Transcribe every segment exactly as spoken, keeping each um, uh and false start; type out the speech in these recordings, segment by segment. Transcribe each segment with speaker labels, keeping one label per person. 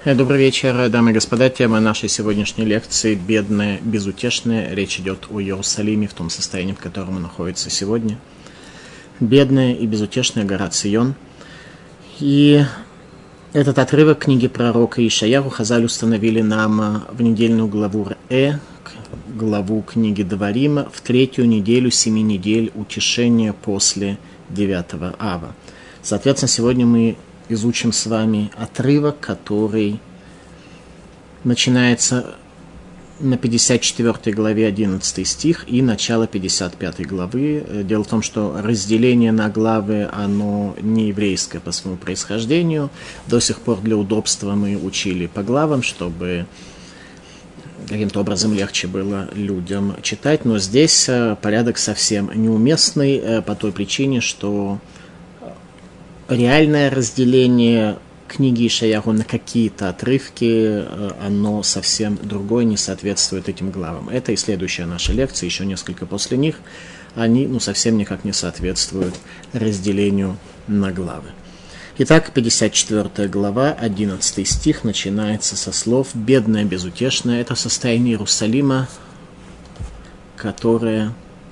Speaker 1: Добрый вечер, дамы и господа. Тема нашей сегодняшней лекции «Бедное, безутешное». Речь идет о Иерусалиме в том состоянии, в котором он находится сегодня. Бедная и безутешная гора Цион. И этот отрывок книги пророка Ишаяху Хазаль установили нам в недельную главу Ре, главу книги Деварим, в третью неделю семи недель утешения после девятого ава. Соответственно, сегодня мы изучим с вами отрывок, который начинается на пятьдесят четвёртой главе одиннадцатый стих и начало пятьдесят пятой главы. Дело в том, что разделение на главы, оно не еврейское по своему происхождению. До сих пор для удобства мы учили по главам, чтобы каким-то образом легче было людям читать. Но здесь порядок совсем неуместный по той причине, что реальное разделение книги Ишаяху на какие-то отрывки, оно совсем другое, не соответствует этим главам. Это и следующая наша лекция, еще несколько после них, они ну, совсем никак не соответствуют разделению на главы. Итак, пятьдесят четвёртая глава, одиннадцатый стих, начинается со слов «Бедное, безутешное» – это состояние Иерусалима, которое...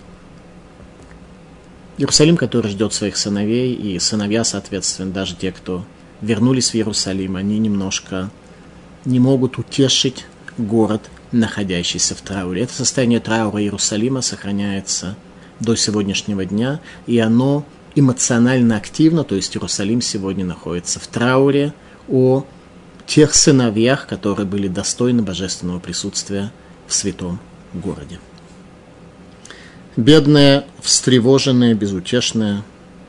Speaker 1: Иерусалим, который ждет своих сыновей, и сыновья, соответственно, даже те, кто вернулись в Иерусалим, они немножко не могут утешить город, находящийся в трауре. Это состояние траура Иерусалима сохраняется до сегодняшнего дня, и оно эмоционально активно, то есть Иерусалим сегодня находится в трауре о тех сыновьях, которые были достойны божественного присутствия в святом городе. Бедная, встревоженная, безутешная.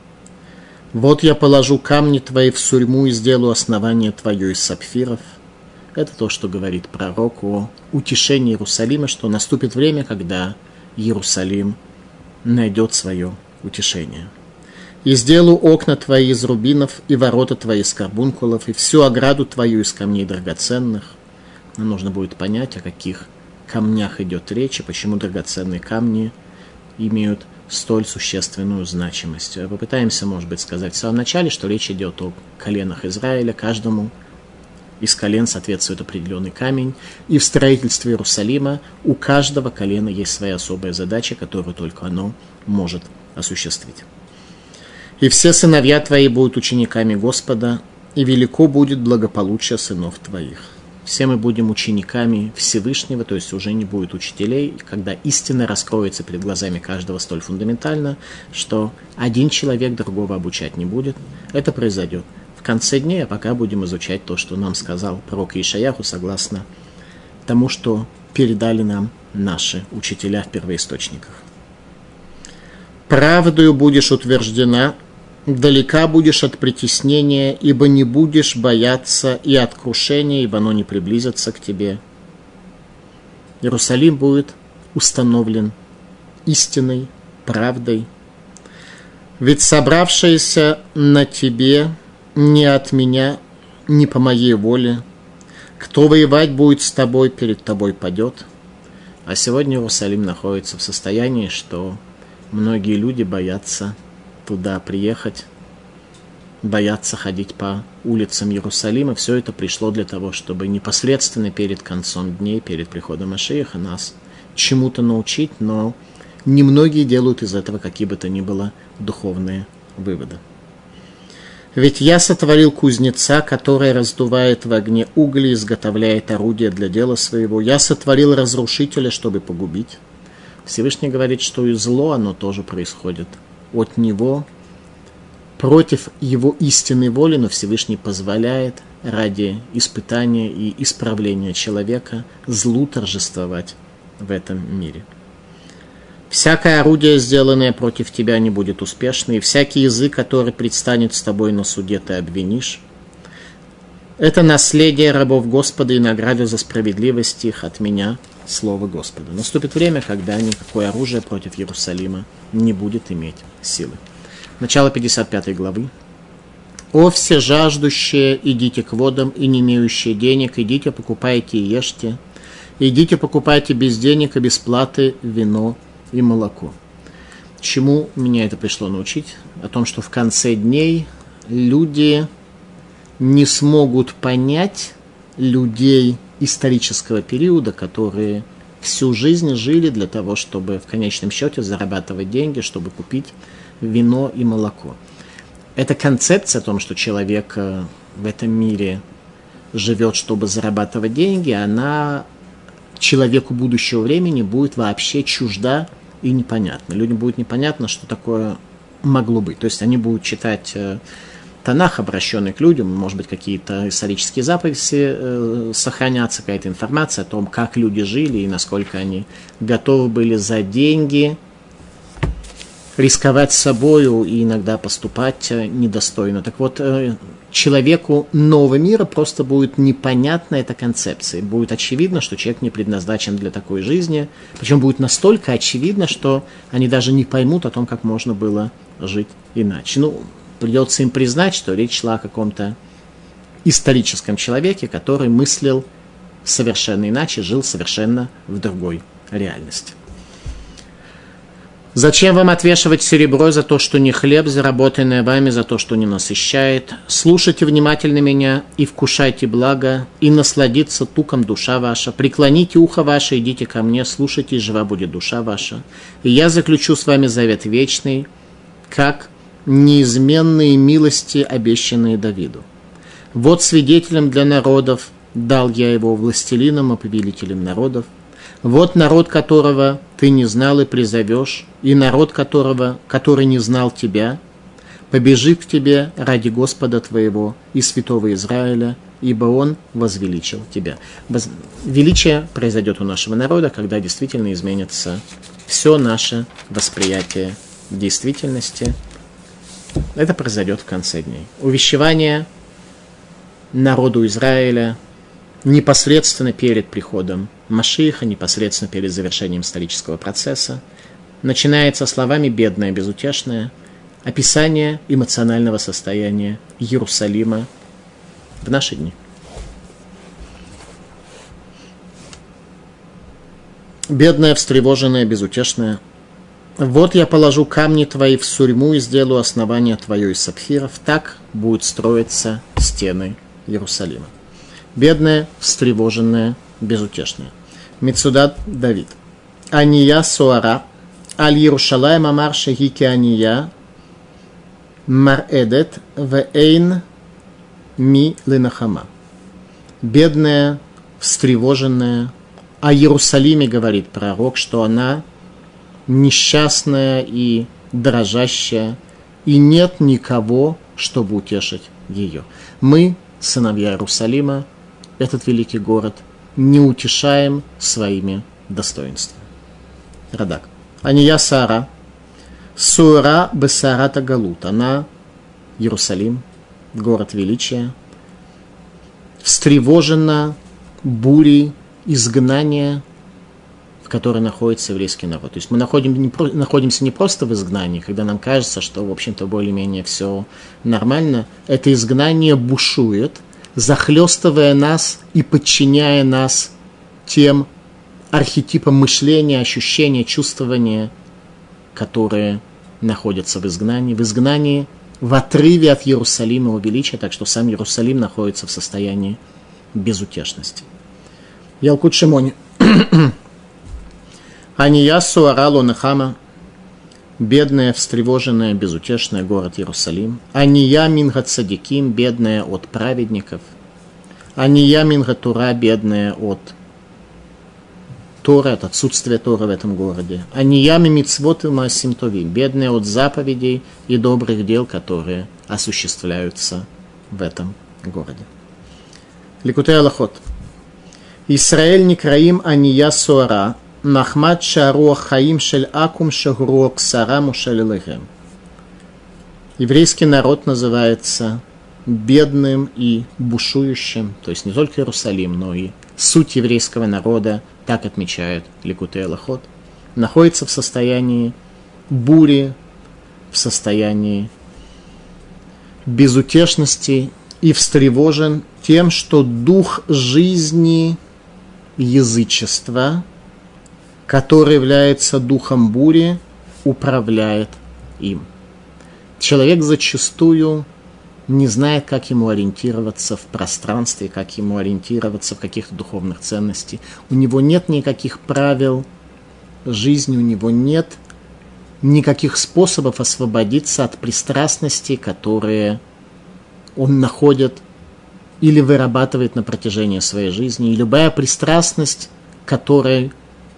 Speaker 1: Вот я положу камни твои в сурьму и сделаю основание твое из сапфиров. Это то, что говорит пророк о утешении Иерусалима, что наступит время, когда Иерусалим найдет свое утешение. И сделаю окна твои из рубинов, и ворота твои из карбункулов, и всю ограду твою из камней драгоценных. Нам нужно будет понять, о каких камнях идет речь, и почему драгоценные камни имеют столь существенную значимость. Попытаемся, может быть, сказать в самом начале, что речь идет о коленах Израиля. Каждому из колен соответствует определенный камень. И в строительстве Иерусалима у каждого колена есть своя особая задача, которую только оно может осуществить. «И все сыновья твои будут учениками Господа, и велико будет благополучие сынов твоих». Все мы будем учениками Всевышнего, то есть уже не будет учителей, когда истина раскроется перед глазами каждого столь фундаментально, что один человек другого обучать не будет. Это произойдет в конце дней, а пока будем изучать то, что нам сказал пророк Ишаяху, согласно тому, что передали нам наши учителя в первоисточниках. «Правдою будешь утверждена, далека будешь от притеснения, ибо не будешь бояться и от крушения, ибо оно не приблизится к тебе». Иерусалим будет установлен истиной, правдой. «Ведь собравшиеся на тебе не от меня, не по моей воле. Кто воевать будет с тобой, перед тобой падет». А сегодня Иерусалим находится в состоянии, что многие люди боятся туда приехать, боятся ходить по улицам Иерусалима. Все это пришло для того, чтобы непосредственно перед концом дней, перед приходом Машиаха нас чему-то научить, но немногие делают из этого какие бы то ни было духовные выводы. «Ведь я сотворил кузнеца, который раздувает в огне угли, изготовляет орудия для дела своего. Я сотворил разрушителя, чтобы погубить». Всевышний говорит, что и зло, оно тоже происходит от него, против его истинной воли, но Всевышний позволяет ради испытания и исправления человека злу торжествовать в этом мире. «Всякое орудие, сделанное против тебя, не будет успешно, и всякий язык, который предстанет с тобой на суде, ты обвинишь. Это наследие рабов Господа и награда за справедливость их от меня, слово Господа». Наступит время, когда никакое оружие против Иерусалима не будет иметь силы. Начало пятьдесят пятой главы. «О все жаждущие, идите к водам, и не имеющие денег, идите, покупайте и ешьте. Идите, покупайте без денег и без платы вино и молоко». Чему меня это пришло научить? О том, что в конце дней люди не смогут понять людей исторического периода, которые всю жизнь жили для того, чтобы в конечном счете зарабатывать деньги, чтобы купить вино и молоко. Эта концепция о том, что человек в этом мире живет, чтобы зарабатывать деньги, она человеку будущего времени будет вообще чужда и непонятна. Людям будет непонятно, что такое могло быть. То есть они будут читать э, Танах, обращенный к людям, может быть, какие-то исторические записи э, сохранятся, какая-то информация о том, как люди жили и насколько они готовы были за деньги рисковать собою и иногда поступать недостойно. Так вот, человеку нового мира просто будет непонятна эта концепция. Будет очевидно, что человек не предназначен для такой жизни. Причем будет настолько очевидно, что они даже не поймут о том, как можно было жить иначе. Ну, придется им признать, что речь шла о каком-то историческом человеке, который мыслил совершенно иначе, жил совершенно в другой реальности. Зачем вам отвешивать серебро за то, что не хлеб, заработанное вами, за то, что не насыщает? Слушайте внимательно меня и вкушайте благо, и насладится туком душа ваша. Преклоните ухо ваше, идите ко мне, слушайте, и жива будет душа ваша. И я заключу с вами завет вечный, как неизменные милости, обещанные Давиду. Вот свидетелем для народов дал я его властелином и повелителем народов. Вот народ, которого ты не знал и призовешь, и народ, которого, который не знал тебя, побежит к тебе ради Господа твоего и святого Израиля, ибо он возвеличил тебя. Величие произойдет у нашего народа, когда действительно изменится все наше восприятие действительности. Это произойдет в конце дней. Увещевание народу Израиля непосредственно перед приходом Машиаха, непосредственно перед завершением исторического процесса, начинается словами «бедное, безутешное», описание эмоционального состояния Иерусалима в наши дни. Бедное, встревоженное, безутешное. Вот я положу камни твои в сурьму и сделаю основание твое из сапфиров. Так будут строиться стены Иерусалима. Бедное, встревоженное, безутешное. Мецудат Давид. Ания суара, аль Иерушалаем амар шехики ания, маредет вейн ми ленахама. Бедная, встревоженная. О Иерусалиме говорит пророк, что она несчастная и дрожащая, и нет никого, чтобы утешить ее. Мы, сыновья Иерусалима, этот великий город, не утешаем своими достоинствами. Радак. Ания Сара. Сура бесарата галут. Она, Иерусалим, город величия, встревожена бурей изгнания, в которой находится еврейский народ. То есть мы находим, не, находимся не просто в изгнании, когда нам кажется, что, в общем-то, более-менее все нормально. Это изгнание бушует, захлестывая нас и подчиняя нас тем архетипам мышления, ощущения, чувствования, которые находятся в изгнании. В изгнании, в отрыве от Иерусалима, его величия, так что сам Иерусалим находится в состоянии безутешности. Ялкут Шимони. Ания суара лонахама. Бедная, встревоженная, безутешная город Иерусалим. Ания минга цадиким, бедная от праведников. Ания минга тура, бедная от Торы, от отсутствия Торы в этом городе. Ания мимицвот и маасим товим, бедная от заповедей и добрых дел, которые осуществляются в этом городе. Ликутей Алахот. Исраэль некраим ания суара. Нахмат шаруах хаим шель акум шагруок сараму шелелехем. Еврейский народ называется бедным и бушующим, то есть не только Иерусалим, но и суть еврейского народа, так отмечает Ликутей Алахот, находится в состоянии бури, в состоянии безутешности и встревожен тем, что дух жизни язычества, который является духом бури, управляет им. Человек зачастую не знает, как ему ориентироваться в пространстве, как ему ориентироваться в каких-то духовных ценностях. У него нет никаких правил жизни, у него нет никаких способов освободиться от пристрастностей, которые он находит или вырабатывает на протяжении своей жизни. И любая пристрастность, которой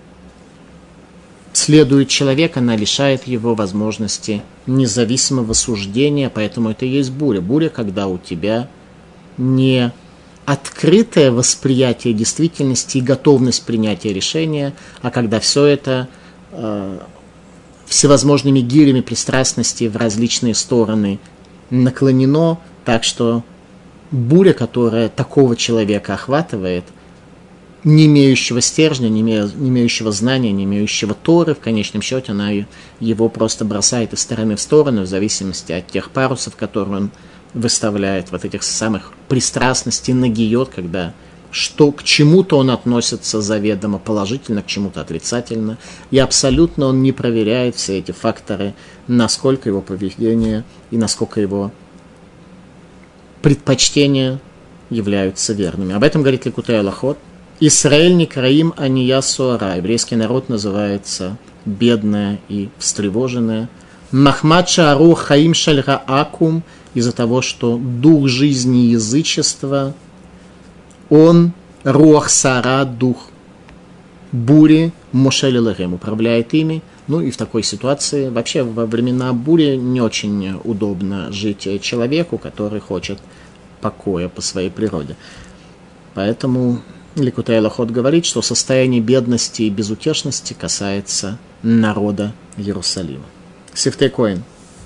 Speaker 1: следует человек, она лишает его возможности независимого суждения, поэтому это и есть буря. Буря, когда у тебя не открытое восприятие действительности и готовность принятия решения, а когда все это э, всевозможными гирями пристрастности в различные стороны наклонено, так что буря, которая такого человека охватывает, не имеющего стержня, не, име, не имеющего знания, не имеющего Торы, в конечном счете она его просто бросает из стороны в сторону, в зависимости от тех парусов, которые он выставляет, вот этих самых пристрастностей, нагиет, когда что, к чему-то он относится заведомо положительно, к чему-то отрицательно, и абсолютно он не проверяет все эти факторы, насколько его поведение и насколько его предпочтения являются верными. Об этом говорит Ликутей Алахот. Исраэль Никраим Ания Суара. Еврейский народ называется бедная и встревоженная. Махмад Шаару Хаим Шальра Акум. Из-за того, что дух жизни и язычества, он Руах Сара, дух бури, Мошель Элохем, управляет ими. Ну и в такой ситуации, вообще во времена бури не очень удобно жить человеку, который хочет покоя по своей природе. Поэтому Ликутей Алахот говорит, что состояние бедности и безутешности касается народа Иерусалима. Сифтей Коэн.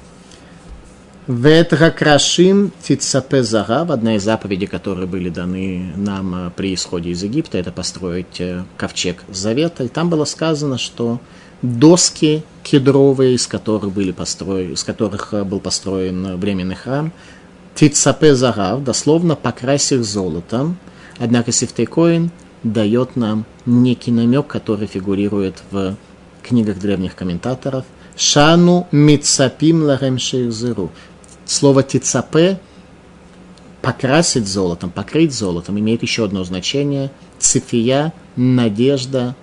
Speaker 1: Ветракрашим тицапе загав, одна из заповедей, которые были даны нам при исходе из Египта, это построить ковчег завета. И там было сказано, что доски кедровые, из которых, были построены, из которых был построен временный храм, тицапе загав, дословно покрась их золотом. Однако Сифтей Коэн дает нам некий намек, который фигурирует в книгах древних комментаторов. Шану мицапим ларем шейзеру. Слово тицапе, покрасить золотом, покрыть золотом, имеет еще одно значение. Цифия, надежда,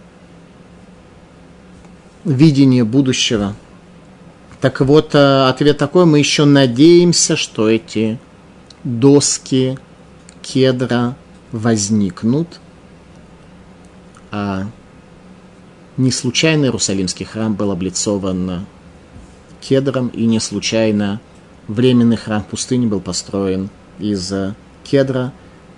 Speaker 1: видение будущего. Так вот, ответ такой: мы еще надеемся, что эти доски кедра возникнут. А не случайно Иерусалимский храм был облицован кедром, и не случайно временный храм пустыни был построен из кедра.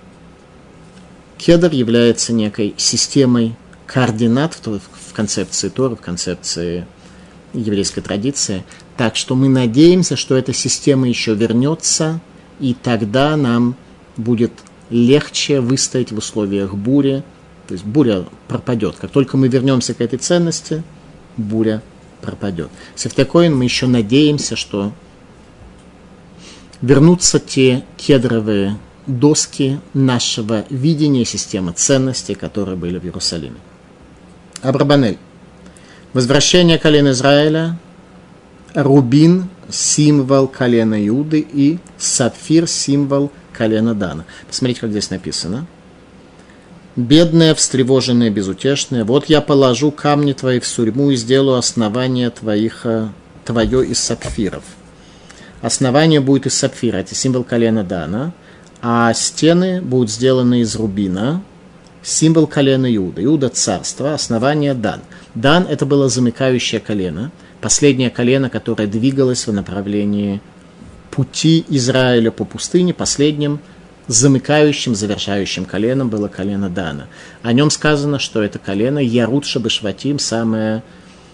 Speaker 1: Кедр является некой системой координат в концепции Торы, в концепции еврейской традиции. Так что мы надеемся, что эта система еще вернется, и тогда нам будет легче выстоять в условиях бури. То есть буря пропадет. Как только мы вернемся к этой ценности, буря пропадет. Сифтей Коэн, мы еще надеемся, что вернутся те кедровые доски нашего видения системы ценностей, которые были в Иерусалиме. Абрабанель. Возвращение колена Израиля, рубин – символ колена Иуды, и сапфир – символ колена Дана. Посмотрите, как здесь написано. «Бедная, встревоженная, безутешная, вот я положу камни твои в сурьму и сделаю основание твоих, твое из сапфиров». Основание будет из сапфира, это символ колена Дана, а стены будут сделаны из рубина, символ колена Иуда. Иуда – царство, основание – Дан. Дан – это было замыкающее колено, последнее колено, которое двигалось в направлении пути Израиля по пустыне. Последним замыкающим, завершающим коленом было колено Дана. О нем сказано, что это колено Ярут Шабашватим, самое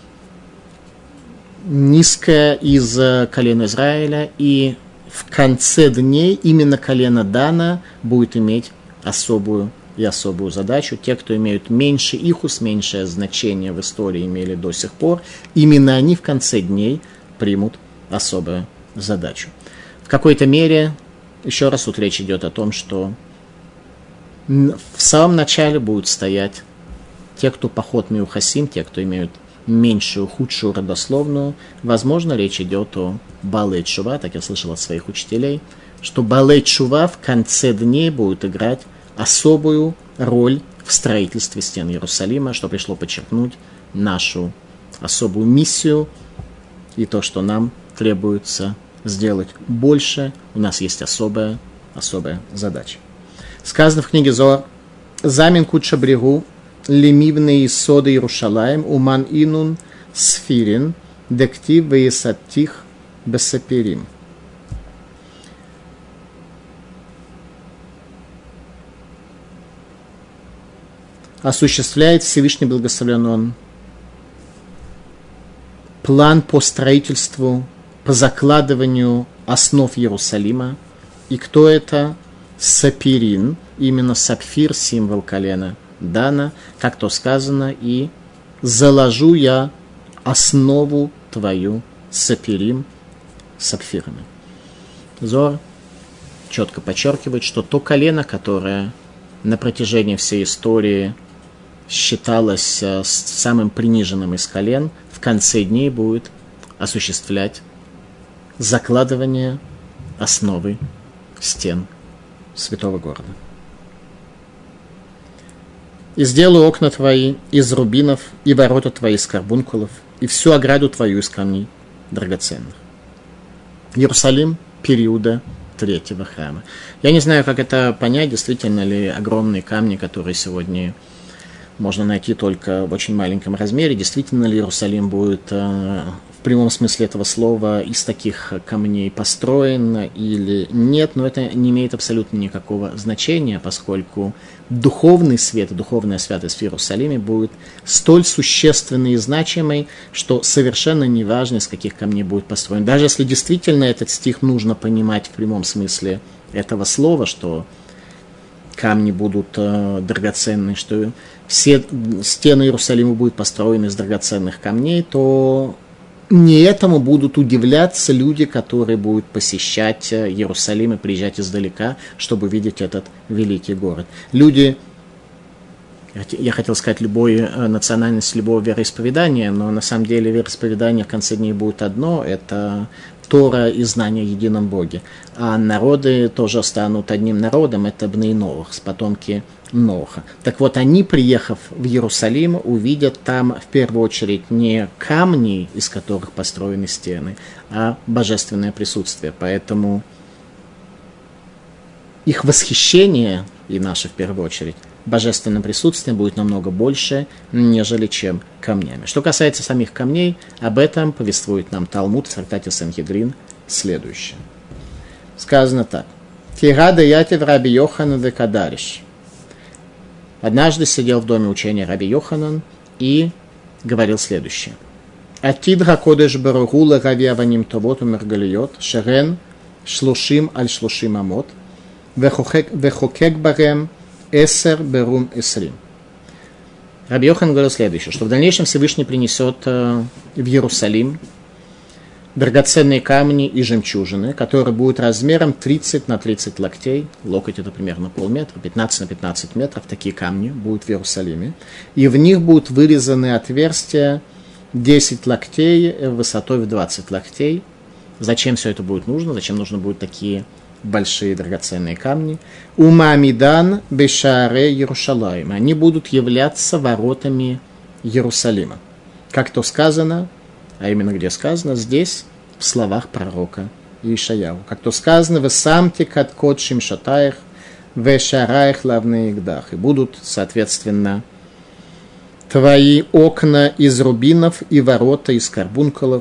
Speaker 1: низкое из колен Израиля, и в конце дней именно колено Дана будет иметь особую и особую задачу. Те, кто имеют меньше ихус, меньшее значение в истории имели до сих пор, именно они в конце дней примут особую задачу. В какой-то мере, еще раз, тут речь идет о том, что в самом начале будут стоять те, кто поход миухасим, те, кто имеют меньшую, худшую родословную. Возможно, речь идет о Баалей Тшува, так я слышал от своих учителей, что Балей Тшува в конце дней будет играть особую роль в строительстве стен Иерусалима, что пришло подчеркнуть нашу особую миссию и то, что нам требуется сделать больше. У нас есть особая, особая задача. Сказано в книге Зоар: «Замин куча брегу, лемивные соды Иерушалаем, уман инун сфирин, дектив веесаттих бесаперим». Осуществляет Всевышний благословен Он план по строительству, по закладыванию основ Иерусалима. И кто это? Сапирин, именно сапфир, символ колена Дана, как то сказано, и заложу я основу твою сапирим, сапфирами. Зор четко подчеркивает, что то колено, которое на протяжении всей истории считалось самым приниженным из колен, в конце дней будет осуществлять закладывание основы стен святого города. «И сделаю окна твои из рубинов, и ворота твои из карбункулов, и всю ограду твою из камней драгоценных». Иерусалим периода третьего храма. Я не знаю, как это понять, действительно ли огромные камни, которые сегодня можно найти только в очень маленьком размере, действительно ли Иерусалим будет э, в прямом смысле этого слова из таких камней построен или нет, но это не имеет абсолютно никакого значения, поскольку духовный свет, духовная святость в Иерусалиме будет столь существенной и значимой, что совершенно не важно, из каких камней будет построен. Даже если действительно этот стих нужно понимать в прямом смысле этого слова, что камни будут э, драгоценны, что все стены Иерусалима будут построены из драгоценных камней, то не этому будут удивляться люди, которые будут посещать Иерусалим и приезжать издалека, чтобы видеть этот великий город. Люди, я хотел сказать, любой национальности, любого вероисповедания, но на самом деле вероисповедание в конце дней будет одно, это Тора и знание о едином Боге. А народы тоже станут одним народом, это Бней Ноах, потомки Ноаха. Так вот, они, приехав в Иерусалим, увидят там в первую очередь не камни, из которых построены стены, а божественное присутствие. Поэтому их восхищение, и наше в первую очередь, божественным присутствием будет намного больше, нежели чем камнями. Что касается самих камней, об этом повествует нам Талмуд в трактате Сангедрин следующее. Сказано так. «Кирада ятев Раби Йоханан де Кадариш». Однажды сидел в доме учения Раби Йоханан и говорил следующее. «Атидра кодеш баругула рави аваним товот умергалиот, шерен шлушим аль шлушим амот, вехокек барем эсер берум эсрим». Раби Йохан говорил следующее, что в дальнейшем Всевышний принесет в Иерусалим драгоценные камни и жемчужины, которые будут размером тридцать на тридцать локтей, локоть это примерно полметра, пятнадцать на пятнадцать метров, такие камни будут в Иерусалиме, и в них будут вырезаны отверстия десять локтей высотой в двадцать локтей. Зачем все это будет нужно? Зачем нужно будут такие большие драгоценные камни? Умамидан бешааре Иерушалаим. Они будут являться воротами Иерусалима. Как то сказано, а именно где сказано, здесь в словах пророка Ишаяу. Как то сказано, «Вы самте каткот шимшатаях, ве шараях лавны игдах». И будут, соответственно, твои окна из рубинов и ворота из карбункулов.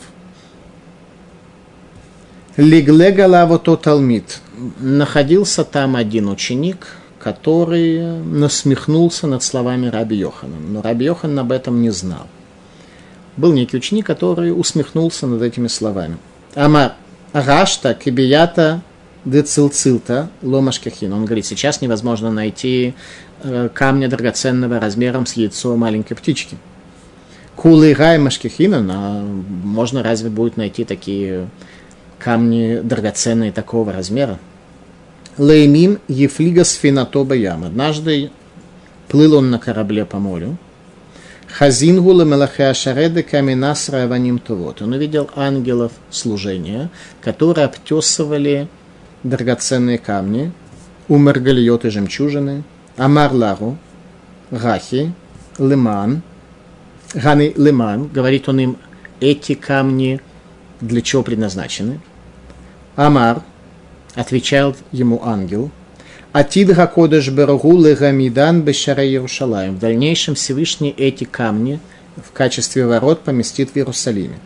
Speaker 1: Лигле галаво то талмид. Находился там один ученик, который насмехнулся над словами Раби Йоханана. Но Раби Йохан об этом не знал. Был некий ученик, который усмехнулся над этими словами. Амар рашта кибията децилцилта ломашкахин. Он говорит, сейчас невозможно найти камня драгоценного размером с яйцо маленькой птички. Кулы рай машкахина, но можно разве будет найти такие камни драгоценные такого размера? Леймим ефлига сфинатоба ям. Однажды плыл он на корабле по морю. Хазингула мелахе ашареды каменасра аваним тувот. Он увидел ангелов служения, которые обтесывали драгоценные камни, умаргалиот и жемчужины, амар лару, гахи, лиман, ганы лиман, говорит он им, эти камни для чего предназначены. Амар, отвечал ему ангел, Атид гакодеш беругу легамидан бешара Иерушалаим. В дальнейшем Всевышний эти камни в качестве ворот поместит в Иерусалиме.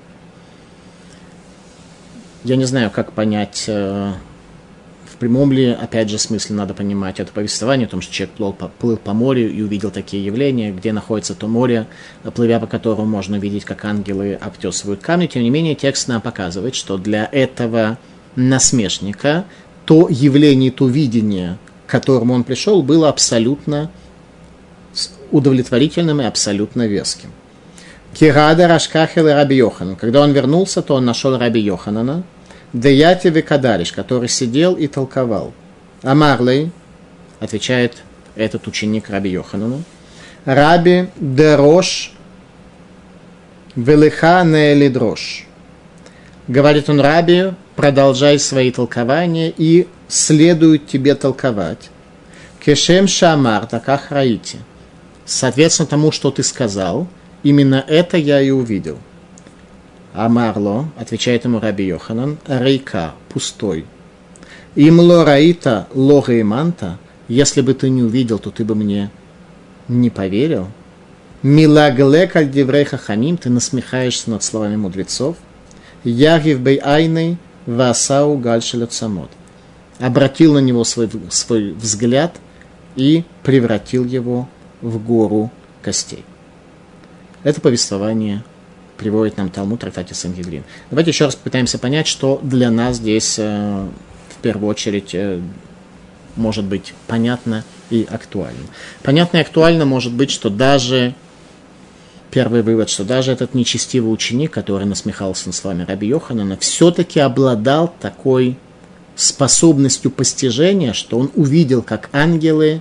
Speaker 1: Я не знаю, как понять, в прямом ли, опять же, смысле надо понимать это повествование, о том, что человек плыл по, плыл по морю и увидел такие явления, где находится то море, плывя по которому можно видеть, как ангелы обтесывают камни. Тем не менее, текст нам показывает, что для этого насмешника то явление, то видение, к которому он пришел, было абсолютно удовлетворительным и абсолютно веским. Кирада Рашкахел и Раби Йоханан. Когда он вернулся, то он нашел Раби Йоханана, Деяти Векадариш, который сидел и толковал. Амарлей, отвечает этот ученик Раби Йоханану, Раби Дерош Велиха Неэлидрош. Говорит он Раби, продолжай свои толкования и следует тебе толковать. Кешем Шамар, таках раити. Соответственно тому, что ты сказал, именно это я и увидел. Амарло, отвечает ему Раби Йоханан, рейка, пустой. Имло раита лога иманта, если бы ты не увидел, то ты бы мне не поверил. Милаглек аль диврей хахамим, ты насмехаешься над словами мудрецов. Ягив бей айной васау гальшелет самот. Обратил на него свой, свой взгляд и превратил его в гору костей. Это повествование приводит нам Талмуд в трактате Сангедрин. Давайте еще раз попытаемся понять, что для нас здесь э, в первую очередь э, может быть понятно и актуально. Понятно и актуально может быть, что даже первый вывод, что даже этот нечестивый ученик, который насмехался над словами Раби Йоханана, все-таки обладал такой способностью постижения, что он увидел, как ангелы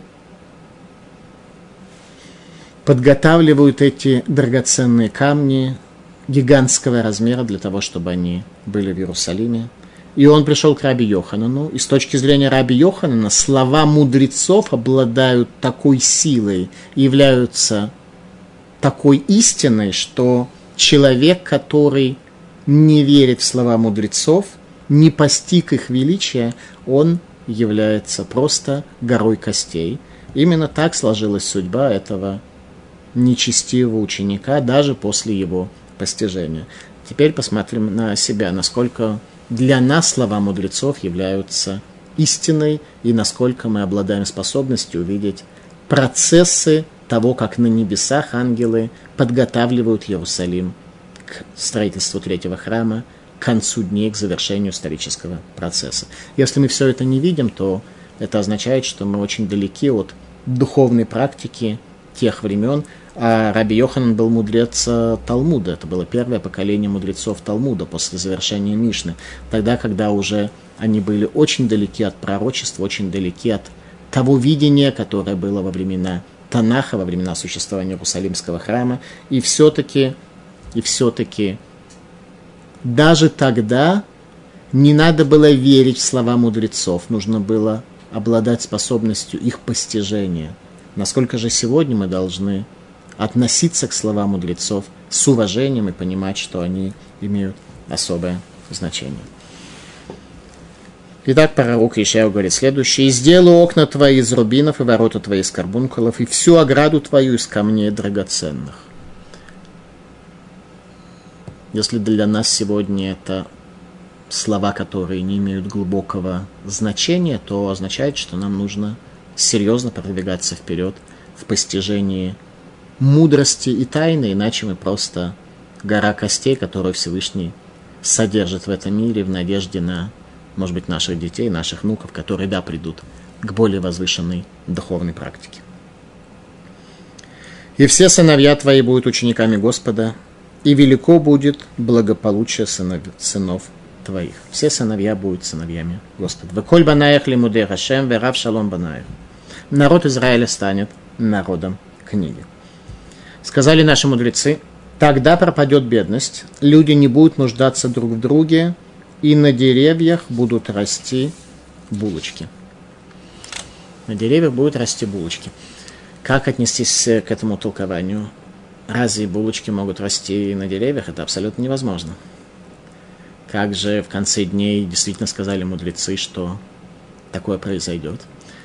Speaker 1: подготавливают эти драгоценные камни гигантского размера для того, чтобы они были в Иерусалиме. И он пришел к Раби Йоханану, и с точки зрения Раби Йоханана слова мудрецов обладают такой силой и являются такой истиной, что человек, который не верит в слова мудрецов, не постиг их величия, он является просто горой костей. Именно так сложилась судьба этого нечестивого ученика даже после его постижения. Теперь посмотрим на себя, насколько для нас слова мудрецов являются истиной и насколько мы обладаем способностью увидеть процессы того, как на небесах ангелы подготавливают Иерусалим к строительству третьего храма, к концу дней, к завершению исторического процесса. Если мы все это не видим, то это означает, что мы очень далеки от духовной практики тех времен. А Раби Йоханан был мудрец Талмуда. Это было первое поколение мудрецов Талмуда после завершения Мишны. Тогда, когда уже они были очень далеки от пророчества, очень далеки от того видения, которое было во времена Танаха, во времена существования Иерусалимского храма. И все-таки, и все-таки даже тогда не надо было верить в слова мудрецов. Нужно было обладать способностью их постижения. Насколько же сегодня мы должны относиться к словам мудрецов с уважением и понимать, что они имеют особое значение. Итак, пророк Ишаяу говорит следующее. «И сделаю окна твои из рубинов, и ворота твои из карбункулов, и всю ограду твою из камней драгоценных». Если для нас сегодня это слова, которые не имеют глубокого значения, то означает, что нам нужно серьезно продвигаться вперед в постижении мудрости и тайны, иначе мы просто гора костей, которую Всевышний содержит в этом мире в надежде на, может быть, наших детей, наших внуков, которые, да, придут к более возвышенной духовной практике. «И все сыновья твои будут учениками Господа, и велико будет благополучие сынов, сынов твоих». Все сыновья будут сыновьями Господа. «Веколь банаях лимудей Хашем, верав шалом банаях». Народ Израиля станет народом книги. Сказали наши мудрецы, тогда пропадет бедность, люди не будут нуждаться друг в друге, и на деревьях будут расти булочки. На деревьях будут расти булочки. Как отнестись к этому толкованию? Разве булочки могут расти на деревьях? Это абсолютно невозможно. Как же в конце дней действительно сказали мудрецы, что такое произойдет?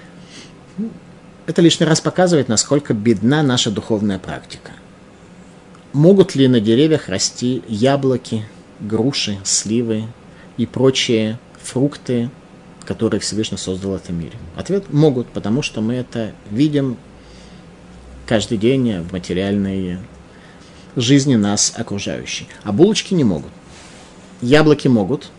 Speaker 1: Это лишний раз показывает, насколько бедна наша духовная практика. Могут ли на деревьях расти яблоки, груши, сливы и прочие фрукты, которые Всевышний создал в этом мире? Ответ – могут, потому что мы это видим каждый день в материальной жизни нас окружающей. А булочки не могут. Яблоки могут.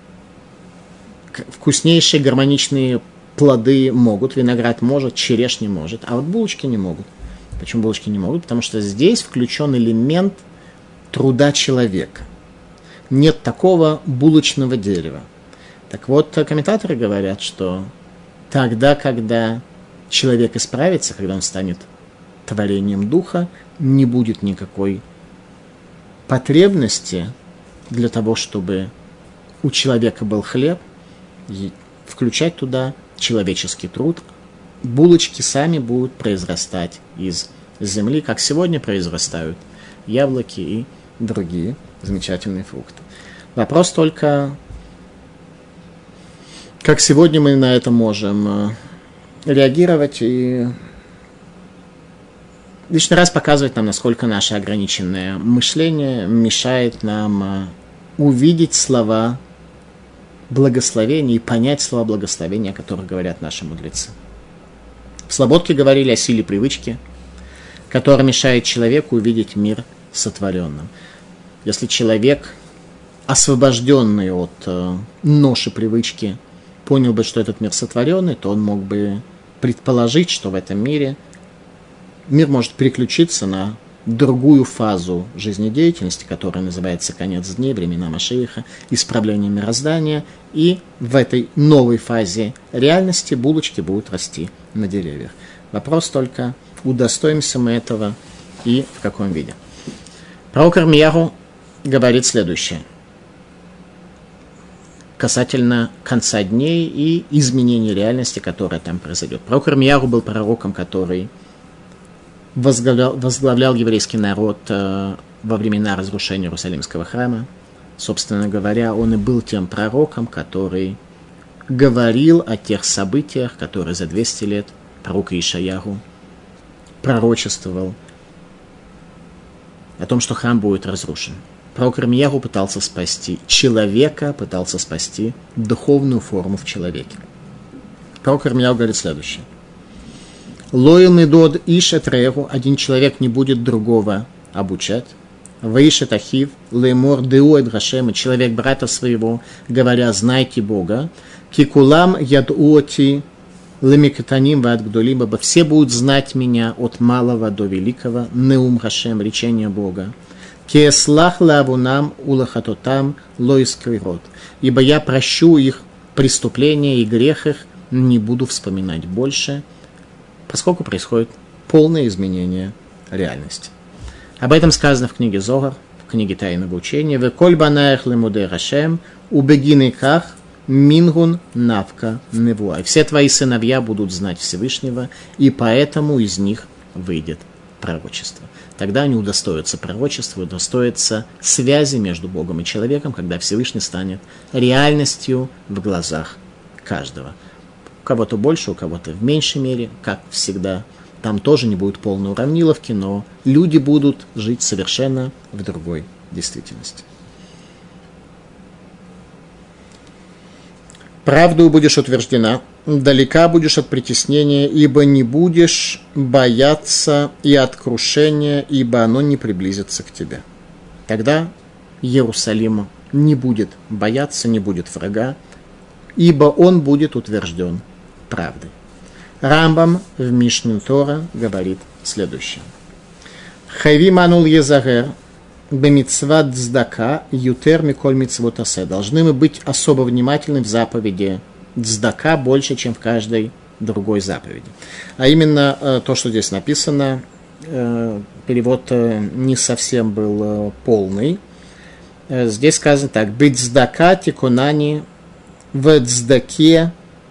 Speaker 1: Вкуснейшие гармоничные плоды могут. Виноград может, черешня может. А вот булочки не могут. Почему булочки не могут? Потому что здесь включен элемент труда человека. Нет такого булочного дерева. Так вот, комментаторы говорят, что тогда, когда человек исправится, когда он станет творением духа, не будет никакой потребности для того, чтобы у человека был хлеб, и включать туда человеческий труд. Булочки сами будут произрастать из земли, как сегодня произрастают яблоки и другие замечательные фрукты. Вопрос только, как сегодня мы на это можем реагировать, и лишний раз показывает нам, насколько наше ограниченное мышление мешает нам увидеть слова благословения и понять слова благословения, о которых говорят наши мудрецы. В Слободке говорили о силе привычки, которая мешает человеку увидеть мир сотворенным. Если человек, освобожденный от э, ноши привычки, понял бы, что этот мир сотворенный, то он мог бы предположить, что в этом мире мир может переключиться на другую фазу жизнедеятельности, которая называется конец дней, времена Машиаха, исправление мироздания, и в этой новой фазе реальности булочки будут расти на деревьях. Вопрос только, удостоимся мы этого и в каком виде. Пророк Ирмияху говорит следующее касательно конца дней и изменения реальности, которая там произойдет. Пророк Ирмияху был пророком, который возглавлял, возглавлял еврейский народ э, во времена разрушения Иерусалимского храма. Собственно говоря, он и был тем пророком, который говорил о тех событиях, которые за двести лет пророк Ишаяху пророчествовал о том, что храм будет разрушен. Пророк Ирмияху пытался спасти человека, пытался спасти духовную форму в человеке. Пророк Ирмияху говорит следующее. Лоил недод иш этрегу, один человек не будет другого обучать. Ваишет ахив, леймор деуэд гашема, человек брата своего, говоря, знайте Бога. Кикулам ядуоти лемикатаним вад гдолим, ибо все будут знать меня от малого до великого, неум гашем, речение Бога. Кеслах лавунам улахатотам лоискрирот, ибо я прощу их преступления и грех их, не буду вспоминать больше, поскольку происходит полное изменение реальности. Об этом сказано в книге Зогар, в книге Тайного учения. «Веколь банаях лемудей Рашем, убегины ках, мингун навка невуа». И все твои сыновья будут знать Всевышнего, и поэтому из них выйдет пророчество. Тогда они удостоятся пророчества, удостоятся связи между Богом и человеком, когда Всевышний станет реальностью в глазах каждого. У кого-то больше, у кого-то в меньшей мере, как всегда. Там тоже не будет полной уравниловки, но люди будут жить совершенно в другой действительности. Правду будешь утверждена, далека будешь от притеснения, ибо не будешь бояться и от крушения, ибо оно не приблизится к тебе. Тогда Иерусалима не будет бояться, не будет врага, ибо он будет утвержден правдой. Рамбам в Мишне Тора говорит следующее. Хайви манул езагер бемитцват цдака ютер миколь митцвот асе. Должны мы быть особо внимательны в заповеди цдака больше, чем в каждой другой заповеди. А именно то, что здесь написано, перевод не совсем был полный. Здесь сказано так. Быть цдака тикунани в цдаке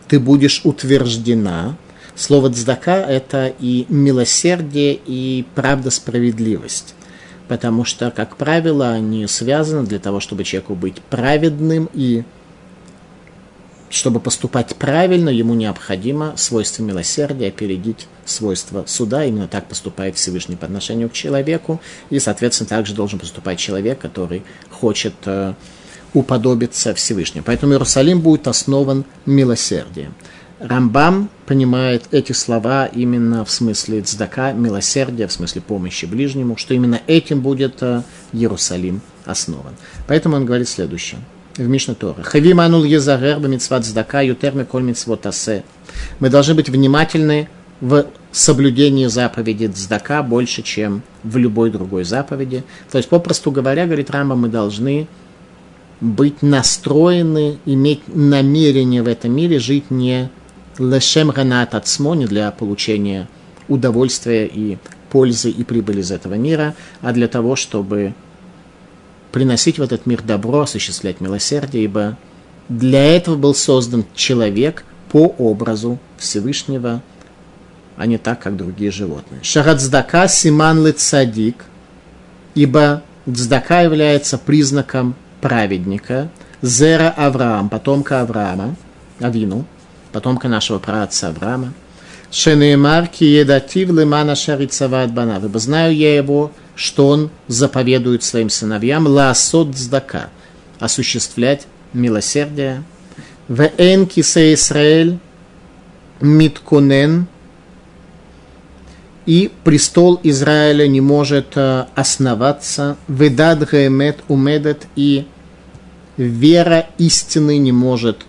Speaker 1: ты будешь утверждена. Слово цдака – это и милосердие, и правда, справедливость. Потому что, как правило, они связаны для того, чтобы человеку быть праведным, и чтобы поступать правильно, ему необходимо свойство милосердия опередить свойство суда. Именно так поступает Всевышний по отношению к человеку. И, соответственно, также должен поступать человек, который хочет э, уподобиться Всевышнему. Поэтому Иерусалим будет основан милосердием. Рамбам понимает эти слова именно в смысле цдака, милосердия, в смысле помощи ближнему, что именно этим будет Иерусалим основан. Поэтому он говорит следующее в Мишне Тора. Хави манул езагер б'мицват цдака ютер миколь мицвот асе. Мы должны быть внимательны в соблюдении заповеди цдака больше, чем в любой другой заповеди. То есть, попросту говоря, говорит Рамбам, мы должны быть настроены, иметь намерение в этом мире жить не лешем ганат ацмо, не для получения удовольствия и пользы и прибыли из этого мира, а для того, чтобы приносить в этот мир добро, осуществлять милосердие, ибо для этого был создан человек по образу Всевышнего, а не так, как другие животные. Шарат цдака симан ле цадик, ибо цдака является признаком праведника, зера Авраам, потомка Авраама, Авину, потомка нашего праотца Авраама. Шенеемар ки едатив леман ашер ицават бана. Ибо знаю я его, что он заповедует своим сыновьям лаасот цдака, осуществлять милосердие. Веэн кисе Исраэль митконен, и престол Израиля не может основаться. Ведад гаэмет умедет, и вера истины не может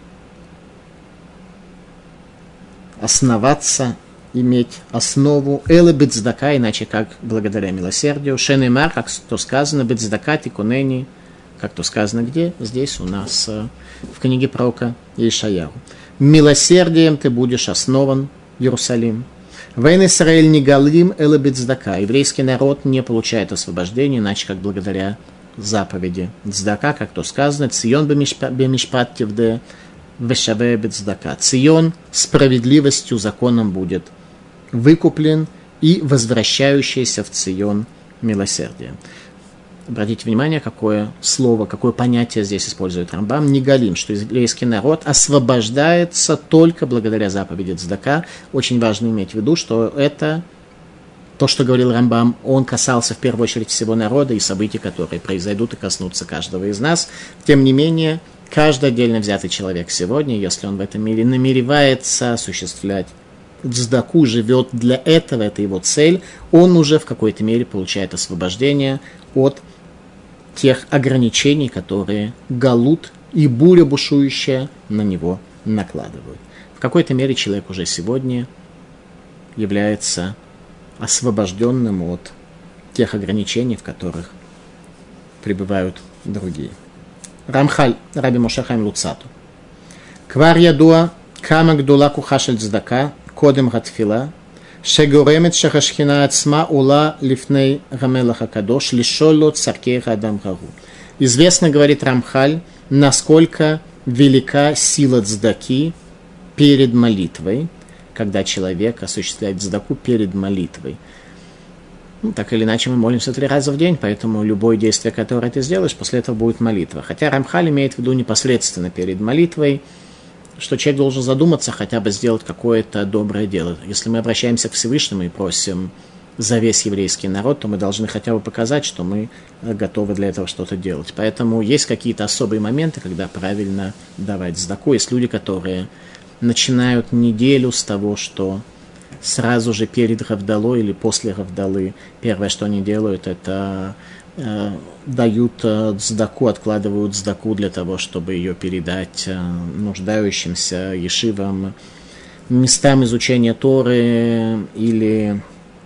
Speaker 1: основаться, иметь основу. Эле бецдака, иначе как благодаря милосердию. Шенемар, как то сказано, бецдака тикунени, как то сказано где? Здесь у нас в книге пророка Ишаяху. Милосердием ты будешь основан, Иерусалим. Вейн Исраэль не галим эле бецдака. Еврейский народ не получает освобождения, иначе как благодаря заповеди цдака, как то сказано, Цион бемишпат тивде вешаве бецдака. Цион справедливостью, законом будет выкуплен, и возвращающийся в Цион милосердие. Обратите внимание, какое слово, какое понятие здесь использует Рамбам. Негалим, что еврейский народ освобождается только благодаря заповеди цдака. Очень важно иметь в виду, что это то, что говорил Рамбам, он касался в первую очередь всего народа и событий, которые произойдут и коснутся каждого из нас. Тем не менее, каждый отдельно взятый человек сегодня, если он в этом мире намеревается осуществлять цдаку, живет для этого, это его цель, он уже в какой-то мере получает освобождение от тех ограничений, которые галут и буря бушующая на него накладывают. В какой-то мере человек уже сегодня является освобожденным от тех ограничений, в которых пребывают другие. Рамхаль, Раби Моше Хаим Луцату. Квар ядуа кама гдула кухашель цдака кодем гатфила шегоремет шахашхина ацма ула лифней гамелаха кадош лишолло царкей гадам гагу. Известно, говорит Рамхаль, насколько велика сила цдаки перед молитвой, когда человек осуществляет цдаку перед молитвой. Ну, так или иначе, мы молимся три раза в день, поэтому любое действие, которое ты сделаешь, после этого будет молитва. Хотя Рамхаль имеет в виду непосредственно перед молитвой, что человек должен задуматься, хотя бы сделать какое-то доброе дело. Если мы обращаемся к Всевышнему и просим за весь еврейский народ, то мы должны хотя бы показать, что мы готовы для этого что-то делать. Поэтому есть какие-то особые моменты, когда правильно давать цдаку. Есть люди, которые начинают неделю с того, что сразу же перед Гавдалой или после Гавдалы первое, что они делают, это э, дают э, цдаку, откладывают цдаку для того, чтобы ее передать э, нуждающимся ешивам, местам изучения Торы или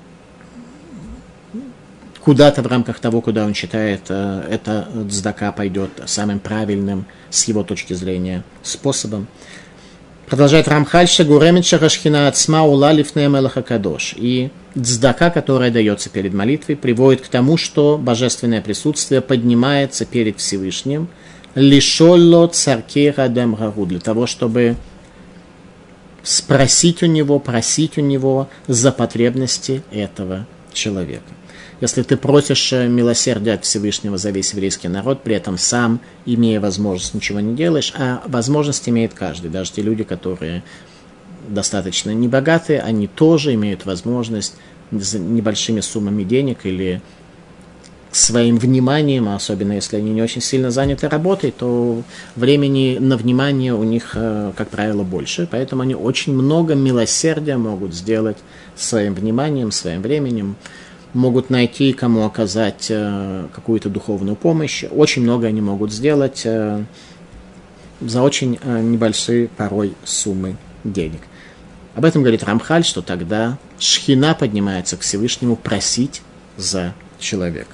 Speaker 1: куда-то в рамках того, куда он считает, э, эта цдака пойдет самым правильным с его точки зрения способом. Продолжает Рамхаль, шагуремит шахашхина ацма ула лифней мелаха кадош. И цдака, которая дается перед молитвой, приводит к тому, что божественное присутствие поднимается перед Всевышним, лишолло царкей гадам гагу, для того, чтобы спросить у него, просить у него за потребности этого человека. Если ты просишь милосердия от Всевышнего за весь еврейский народ, при этом сам, имея возможность, ничего не делаешь, а возможность имеет каждый, даже те люди, которые достаточно небогатые, они тоже имеют возможность с небольшими суммами денег или своим вниманием, особенно если они не очень сильно заняты работой, то времени на внимание у них, как правило, больше. Поэтому они очень много милосердия могут сделать своим вниманием, своим временем, могут найти, кому оказать какую-то духовную помощь. Очень много они могут сделать за очень небольшие порой суммы денег. Об этом говорит Рамхаль, что тогда шхина поднимается к Всевышнему просить за человека.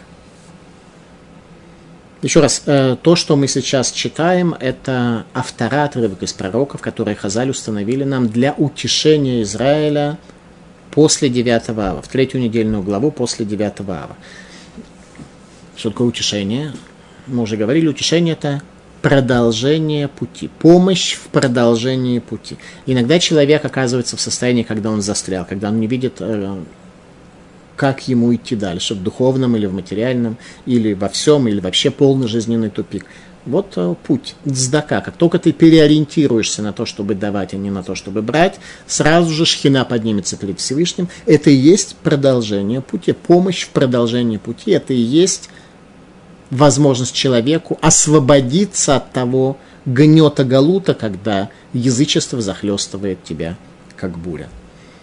Speaker 1: Еще раз, то, что мы сейчас читаем, это автора отрывок из пророков, которые Хазаль установили нам для утешения Израиля после девятого ава, в третью недельную главу после девятого ава. Что такое утешение? Мы уже говорили, утешение – это продолжение пути, помощь в продолжении пути. Иногда человек оказывается в состоянии, когда он застрял, когда он не видит, как ему идти дальше, в духовном или в материальном, или во всем, или вообще полный жизненный тупик. Вот путь, цдака. Как только ты переориентируешься на то, чтобы давать, а не на то, чтобы брать, сразу же шхина поднимется перед Всевышним. Это и есть продолжение пути, помощь в продолжении пути. Это и есть возможность человеку освободиться от того гнета галута, когда язычество захлестывает тебя, как буря.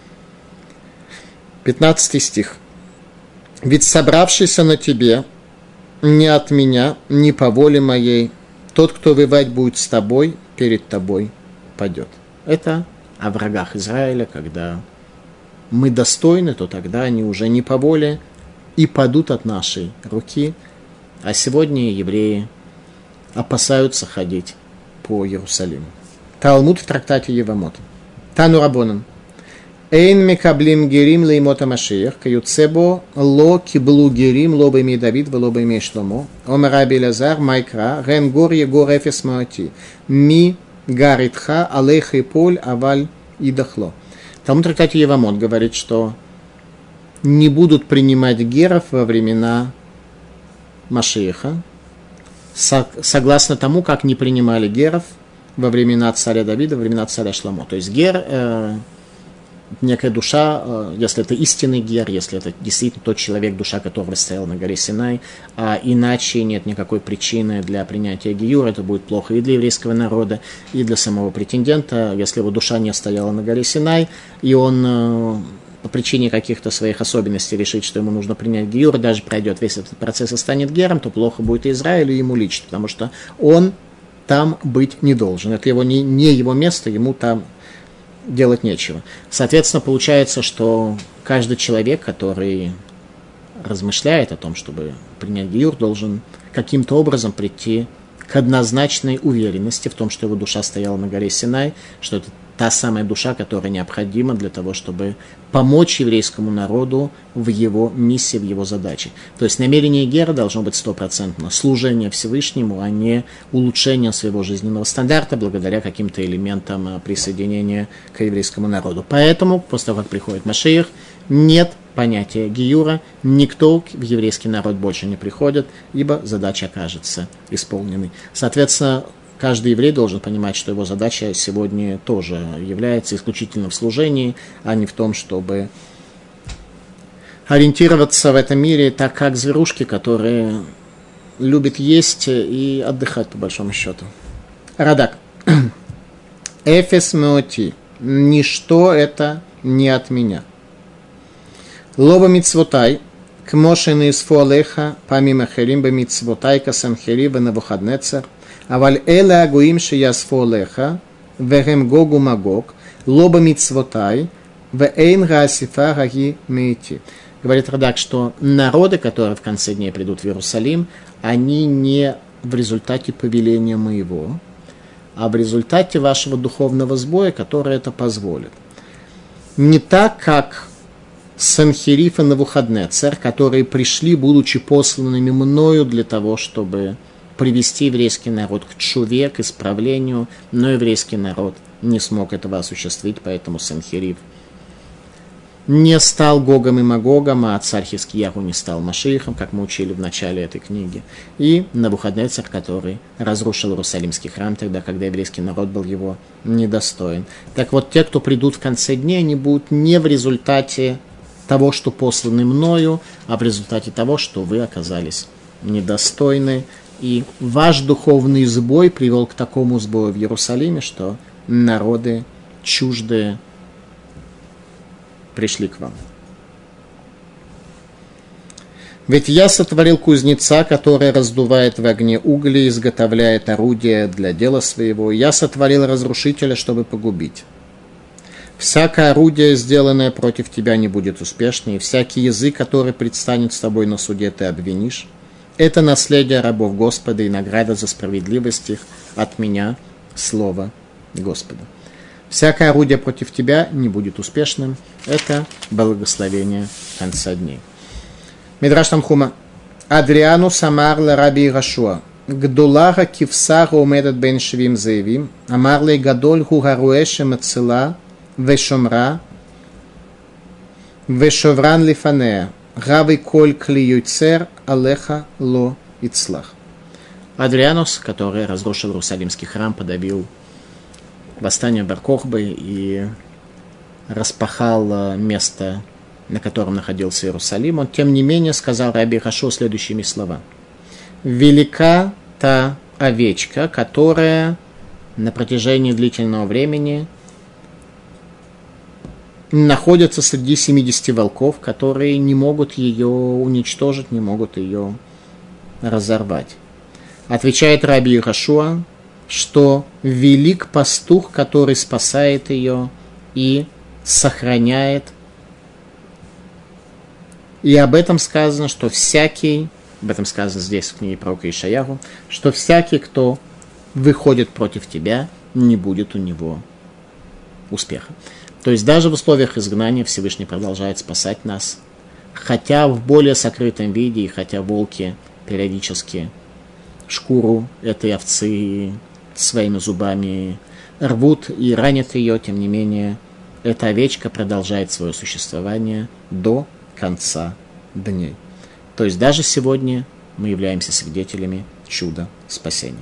Speaker 1: пятнадцатый стих. «Ведь собравшийся на тебе не от меня, не по воле моей, тот, кто воевать будет с тобой, перед тобой падет». Это о врагах Израиля, когда мы достойны, то тогда они уже не по воле и падут от нашей руки. А сегодня евреи опасаются ходить по Иерусалиму. Талмуд в трактате Евамот. Тану Рабонан. Эйн мекаблим герим леймота машиях, каюцебо ло киблу герим ло бейми Давид вело бейми Шломо, омер Раби Элазар майкра, рен гор егор эфес маати, ми гаритха алейха и поль аваль идахло. Талмуд в трактате Евамот говорит, что не будут принимать геров во времена Машиаха, согласно тому, как не принимали геров во времена царя Давида, во времена царя Шломо. То есть гер, э, некая душа, э, если это истинный гер, если это действительно тот человек, душа которого стояла на горе Синай, а иначе нет никакой причины для принятия гиюра, это будет плохо и для еврейского народа, и для самого претендента, если его душа не стояла на горе Синай, и он э, по причине каких-то своих особенностей решит, что ему нужно принять гиюр, даже пройдет весь этот процесс и станет гером, то плохо будет и Израилю, и ему лично, потому что он там быть не должен. Это его, не, не его место, ему там делать нечего. Соответственно, получается, что каждый человек, который размышляет о том, чтобы принять гиюр, должен каким-то образом прийти к однозначной уверенности в том, что его душа стояла на горе Синай, что это та самая душа, которая необходима для того, чтобы помочь еврейскому народу в его миссии, в его задаче. То есть намерение гера должно быть стопроцентно служение Всевышнему, а не улучшение своего жизненного стандарта благодаря каким-то элементам присоединения к еврейскому народу. Поэтому, после того, как приходит Машиах, нет понятия гиюра, никто в еврейский народ больше не приходит, ибо задача окажется исполненной. Соответственно, каждый еврей должен понимать, что его задача сегодня тоже является исключительно в служении, а не в том, чтобы ориентироваться в этом мире так, как зверушки, которые любят есть и отдыхать, по большому счету. Радак. Эфес меоти. Ничто это не от меня. Лоба мицвотай. Кмошен из фуалеха, помимо херим мицвотай, касанхери венавухаднецер. אבל אלה הגויים שיאספו עליך, והם גוג ומגוג, לא במצוותיי, ואין האספה ההיא מאיתי. Говорит Радак, что народы, которые в конце дней придут в Иерусалим, они не в результате повеления моего, а в результате вашего духовного сбоя, который это позволит. Не так, как Санхериф и Навуходнецер, которые пришли, будучи посланными мною для того, чтобы привести еврейский народ к тшуве, к исправлению, но еврейский народ не смог этого осуществить, поэтому Сенхерив не стал Гогом и Магогом, а царь Хискияху не стал Машиихом, как мы учили в начале этой книги. И Навуходоносор, который разрушил Иерусалимский храм тогда, когда еврейский народ был его недостоин. Так вот, те, кто придут в конце дней, они будут не в результате того, что посланы мною, а в результате того, что вы оказались недостойны. И ваш духовный сбой привел к такому сбою в Иерусалиме, что народы чуждые пришли к вам. Ведь я сотворил кузнеца, который раздувает в огне угли и изготовляет орудия для дела своего. Я сотворил разрушителя, чтобы погубить. Всякое орудие, сделанное против тебя, не будет успешным, и всякий язык, который предстанет с тобой на суде, ты обвинишь. Это наследие рабов Господа и награда за справедливость их от меня, слово Господа. Всякое орудие против тебя не будет успешным. Это благословение конца дней. Мидраш Танхума. Адриану самар ла раби Рашуа. Гдулаха кивсаха умедат бен швим заявим. Амар лей гадоль ху гаруэше мацела вешомра вешовран лифанея. Равый коль кли юйцер алеха ло ицлах. Адрианус, который разрушил Иерусалимский храм, подавил восстание Бар-Кохбы и распахал место, на котором находился Иерусалим, он, тем не менее, сказал раби Рашуа следующими словами. «Велика та овечка, которая на протяжении длительного времени находится среди семидесяти волков, которые не могут ее уничтожить, не могут ее разорвать». Отвечает раби Рашуа, что велик пастух, который спасает ее и сохраняет. И об этом сказано, что всякий, об этом сказано здесь в книге пророка Ишаяху, что всякий, кто выходит против тебя, не будет у него успеха. То есть даже в условиях изгнания Всевышний продолжает спасать нас, хотя в более сокрытом виде, и хотя волки периодически шкуру этой овцы своими зубами рвут и ранят ее, тем не менее, эта овечка продолжает свое существование до конца дней. То есть даже сегодня мы являемся свидетелями чуда спасения.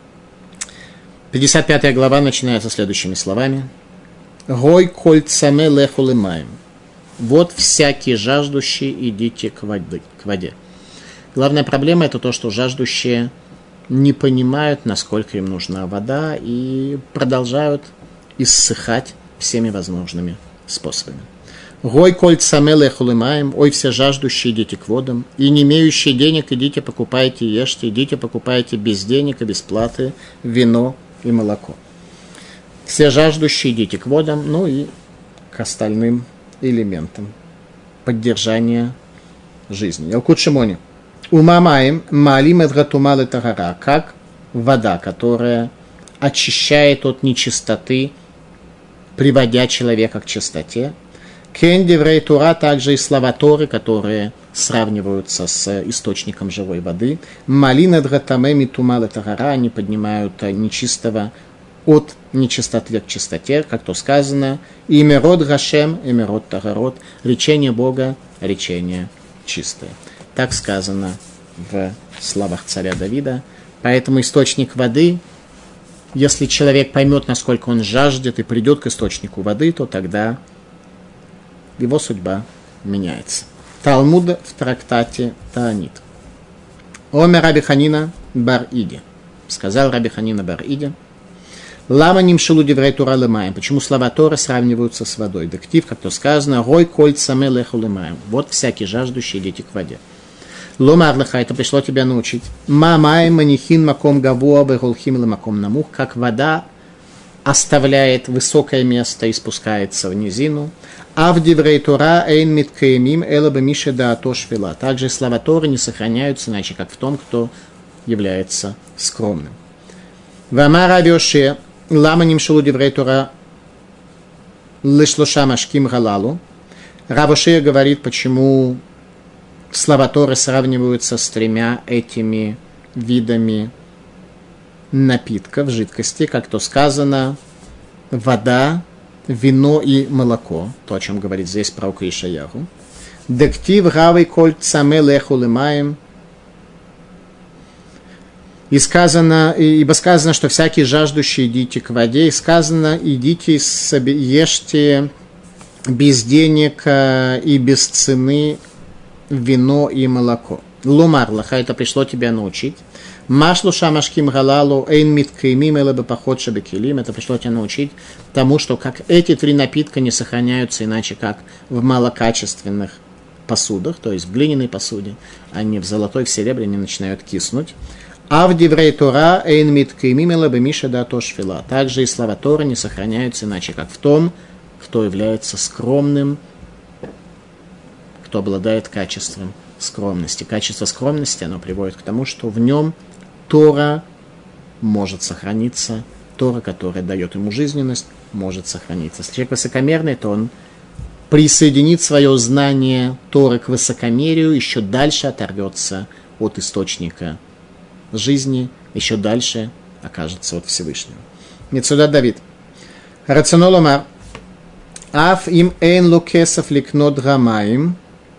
Speaker 1: пятьдесят пятая глава начинается следующими словами. «Гой коль цаме леху лимаем». Вот всякий жаждущий, идите к воде. к воде. Главная проблема – это то, что жаждущие не понимают, насколько им нужна вода, и продолжают иссыхать всеми возможными способами. «Гой коль цаме леху лимаем», ой, все жаждущие, идите к водам, и не имеющие денег, идите покупайте и ешьте, идите покупайте без денег и без платы вино и молоко. Все жаждущие, идите к водам, ну и к остальным элементам поддержания жизни. Ялкут Шимони. Умамаем малим эдгатумал этагара, как вода, которая очищает от нечистоты, приводя человека к чистоте. Кендеврей Тура, также и слова Торы, которые сравниваются с источником живой воды. Малин эдгатаме митумал этагара, они поднимают нечистого от нечистоты к чистоте, как то сказано. Имерод Гашем, имерод Тагарот, речение Бога, речение чистое. Так сказано в словах царя Давида. Поэтому источник воды, если человек поймет, насколько он жаждет и придет к источнику воды, то тогда его судьба меняется. Талмуд в трактате Таанит. Омер Раби Ханина бар Иди. Сказал Раби Ханина бар Иди. Лама нимшилу диврей Тора лемаем. Почему слова Тора сравниваются с водой? Дектив, как то сказано, рой коль цаме леху лемаем. Вот всякий жаждущий, идите к воде. Ломар леха, это пришло тебя научить. Мамай манихин маком гавуа беголхим лемаком намух. Как вода оставляет высокое место и спускается в низину. А в диврей Тора эйн миткаемим эло бемише даато швила. Также слова Торы не сохраняются, иначе как в том, кто является скромным. Вамар Авиоше лама нимшилу диврей Тора лишлоша машким галалу. Рав Оше говорит, почему слова Торы сравниваются с тремя этими видами напитков, жидкости, как то сказано, вода, вино и молоко, то, о чем говорит здесь пророк Ишаяху. Дектив равый коль цаме леху лемаем. И сказано, ибо сказано, что всякий жаждущий идите к воде, и сказано, идите, ешьте без денег и без цены вино и молоко. Лумар лаха, это пришло тебя научить. Машлу шамашким галалу эйн миткаимим элэбэ пахот шабекилим, это пришло тебя научить тому, что как эти три напитка не сохраняются иначе, как в малокачественных посудах, то есть в глиняной посуде, а не в золотой, в серебряной начинают киснуть. А в диврей Тора эйн миткаимим элэбэ миша дато шфила. Также и слова Тора не сохраняются иначе, как в том, кто является скромным, кто обладает качеством скромности. Качество скромности, оно приводит к тому, что в нем Тора может сохраниться, Тора, которая дает ему жизненность, может сохраниться. Если человек высокомерный, то он присоединит свое знание Торы к высокомерию, еще дальше оторвется от источника жизни, еще дальше окажется от Всевышнего. Мецуда Давид. Рационоломар. Аф им эйн лукесов ликнот гамаим.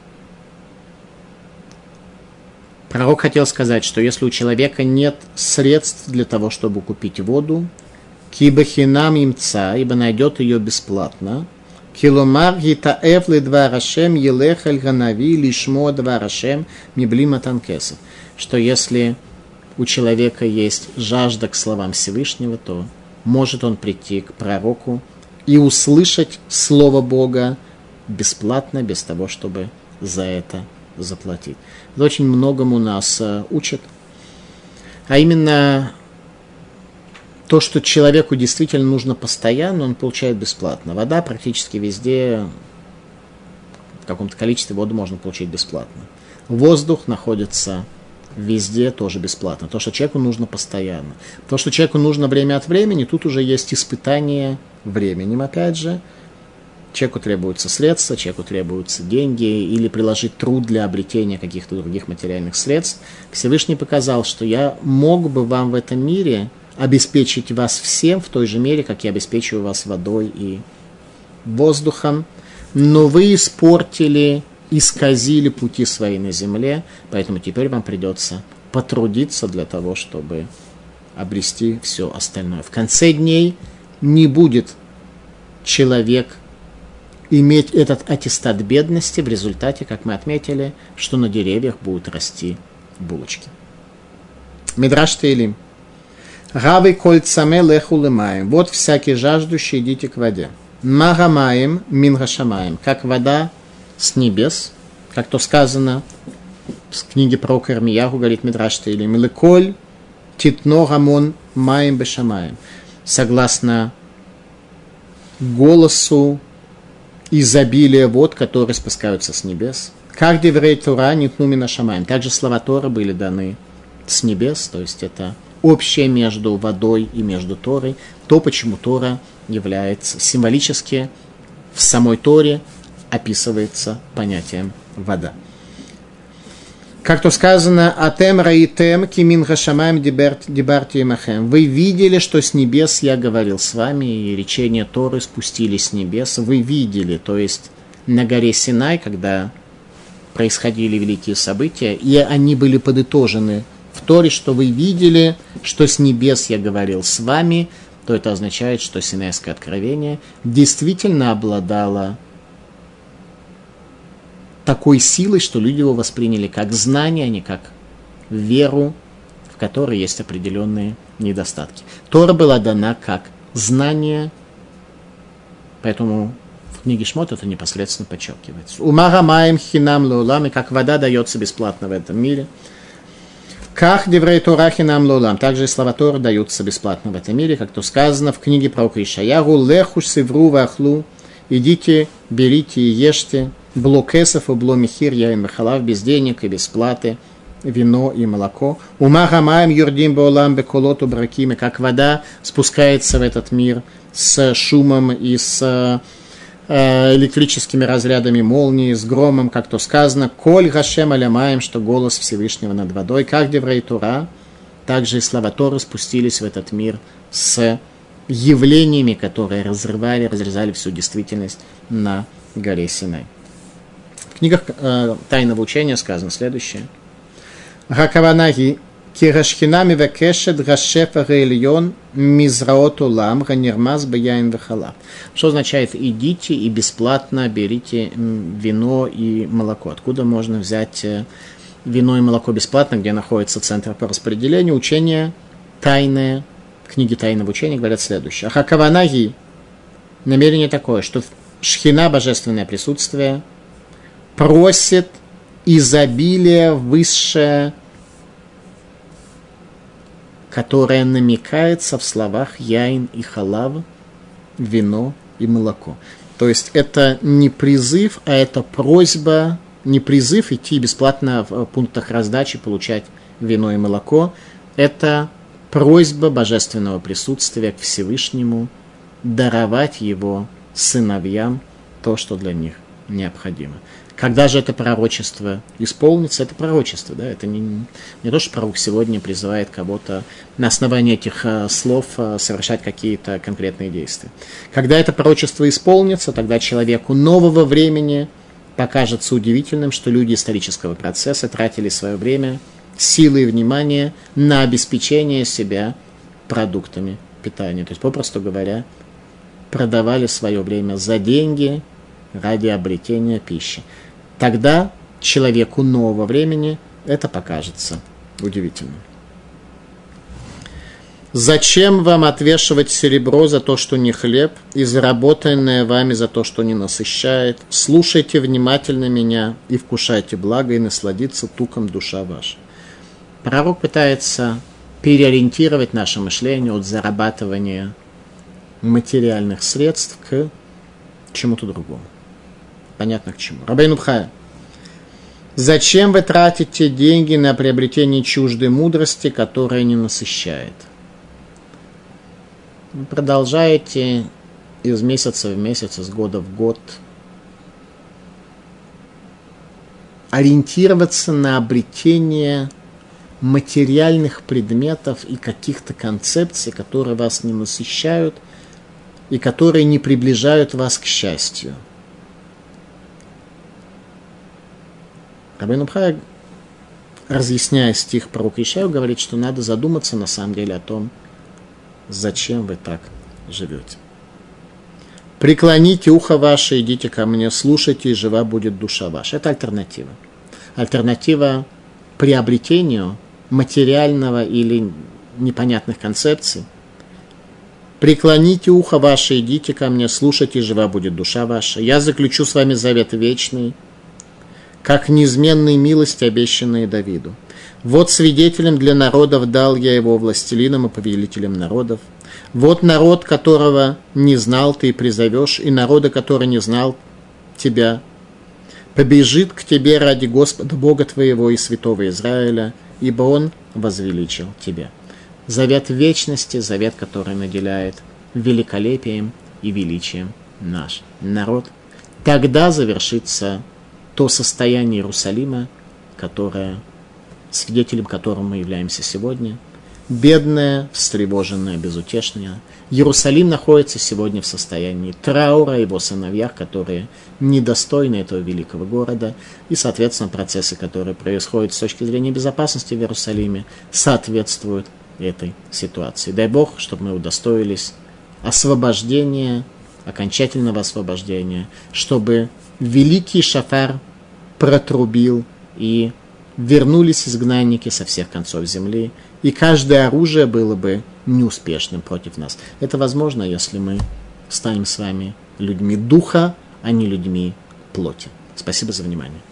Speaker 1: Пророк хотел сказать, что если у человека нет средств для того, чтобы купить воду, кибахинам имца, ибо найдет ее бесплатно, киломар гитаэв лидварашем елех эль ганави лишмо дварашем миблима танкесов, что если у человека есть жажда к словам Всевышнего, то может он прийти к пророку и услышать слово Бога бесплатно, без того, чтобы за это заплатить. Это очень многому нас учат. А именно то, что человеку действительно нужно постоянно, он получает бесплатно. Вода практически везде, в каком-то количестве воду можно получить бесплатно. Воздух находится везде тоже бесплатно. То, что человеку нужно постоянно. То, что человеку нужно время от времени, тут уже есть испытание временем, опять же. Человеку требуются средства, человеку требуются деньги или приложить труд для обретения каких-то других материальных средств. Всевышний показал, что я мог бы вам в этом мире обеспечить вас всем в той же мере, как я обеспечиваю вас водой и воздухом, но вы испортили, исказили пути свои на земле, поэтому теперь вам придется потрудиться для того, чтобы обрести все остальное. В конце дней не будет человек иметь этот аттестат бедности в результате, как мы отметили, что на деревьях будут расти булочки. Мидраш Теилим. Равы коль цаме леху лемаем. Вот всякий жаждущий, идите к воде. Магамаем минга шамаем. Как вода с небес, как то сказано в книге пророка Ирмияху, говорит Мидраш Теилим. Леколь титно гамон маем бешамаем. Согласно голосу изобилия вод, которые спускаются с небес. Как деврей Тора нитну мина шамаем. Также слова Тора были даны с небес, то есть это общее между водой и между Торой. То, почему Тора является символически в самой Торе описывается понятием вода. Как то сказано, «Атем раитем кимин хашамаем дибарти махем». Вы видели, что с небес я говорил с вами, и речения Торы спустились с небес. Вы видели, то есть на горе Синай, когда происходили великие события, и они были подытожены в Торе, что вы видели, что с небес я говорил с вами, то это означает, что Синайское откровение действительно обладало такой силой, что люди его восприняли как знание, а не как веру, в которой есть определенные недостатки. Тора была дана как знание, поэтому в книге Шмот это непосредственно подчеркивается. Умагамаем хинам леулам, и как вода дается бесплатно в этом мире. Как деврей Тора хинам леулам, также и слова Тора даются бесплатно в этом мире, как то сказано в книге пророка Ишаяху, лехуш сивру вахлу, идите, берите и ешьте, блокесов и бломихир, яин бахалав, без денег и без платы, вино и молоко. Умагамаем юрдим баолам беколоту бракими, как вода спускается в этот мир с шумом и с э, электрическими разрядами молнии, с громом, как то сказано, коль гашем алямаем, что голос Всевышнего над водой, как деврей Тора, также и слова Торы спустились в этот мир с явлениями, которые разрывали, разрезали всю действительность на горе Синай. В книгах э, «Тайного учения» сказано следующее. «Ракаванаги кирашхинами векешет гашефа рейльон мизраот улам ганирмаз баяин вехалав». Что означает «идите и бесплатно берите вино и молоко». Откуда можно взять вино и молоко бесплатно, где находится центр по распределению? Учение тайное, книги тайного учения говорят следующее. Ахакаванаги, намерение такое, что шхина, божественное присутствие, просит изобилие высшее, которое намекается в словах яин и халав, вино и молоко. То есть это не призыв, а это просьба, не призыв идти бесплатно в пунктах раздачи, получать вино и молоко. Это просьба божественного присутствия к Всевышнему даровать его сыновьям то, что для них необходимо. Когда же это пророчество исполнится? Это пророчество, да? Это не, не то, что пророк сегодня призывает кого-то на основании этих э, слов э, совершать какие-то конкретные действия. Когда это пророчество исполнится, тогда человеку нового времени покажется удивительным, что люди исторического процесса тратили свое время, силы и внимание на обеспечение себя продуктами питания. То есть, попросту говоря, продавали свое время за деньги ради обретения пищи. Тогда человеку нового времени это покажется удивительным. Зачем вам отвешивать серебро за то, что не хлеб, и заработанное вами за то, что не насыщает? Слушайте внимательно меня и вкушайте благо, и насладиться туком душа ваша. Пророк пытается переориентировать наше мышление от зарабатывания материальных средств к чему-то другому. Понятно к чему. Рабейну Бхая. Зачем вы тратите деньги на приобретение чуждой мудрости, которая не насыщает? Вы продолжаете из месяца в месяц, из года в год ориентироваться на обретение материальных предметов и каких-то концепций, которые вас не насыщают и которые не приближают вас к счастью. Рабейну Бхая, разъясняя стих пророка Ишаяу, говорит, что надо задуматься на самом деле о том, зачем вы так живете. Преклоните ухо ваше, идите ко мне, слушайте, и жива будет душа ваша. Это альтернатива. Альтернатива приобретению материального или непонятных концепций. Преклоните ухо ваше, идите ко мне, слушайте, и жива будет душа ваша. Я заключу с вами завет вечный, как неизменной милости, обещанной Давиду. Вот свидетелем для народов дал я его, властелином и повелителем народов. Вот народ, которого не знал ты и призовешь, и народа, который не знал тебя, побежит к тебе ради Господа Бога твоего и святого Израиля, ибо Он возвеличил тебя. Завет вечности, завет, который наделяет великолепием и величием наш народ. Тогда завершится то состояние Иерусалима, которое, свидетелем которого мы являемся сегодня, бедное, встревоженное, безутешное. Иерусалим находится сегодня в состоянии траура, его сыновьях, которые недостойны этого великого города, и, соответственно, процессы, которые происходят с точки зрения безопасности в Иерусалиме, соответствуют этой ситуации. Дай Бог, чтобы мы удостоились освобождения, окончательного освобождения, чтобы великий шафар протрубил, и вернулись изгнанники со всех концов земли, и каждое оружие было бы неуспешным против нас. Это возможно, если мы станем с вами людьми духа, а не людьми плоти. Спасибо за внимание.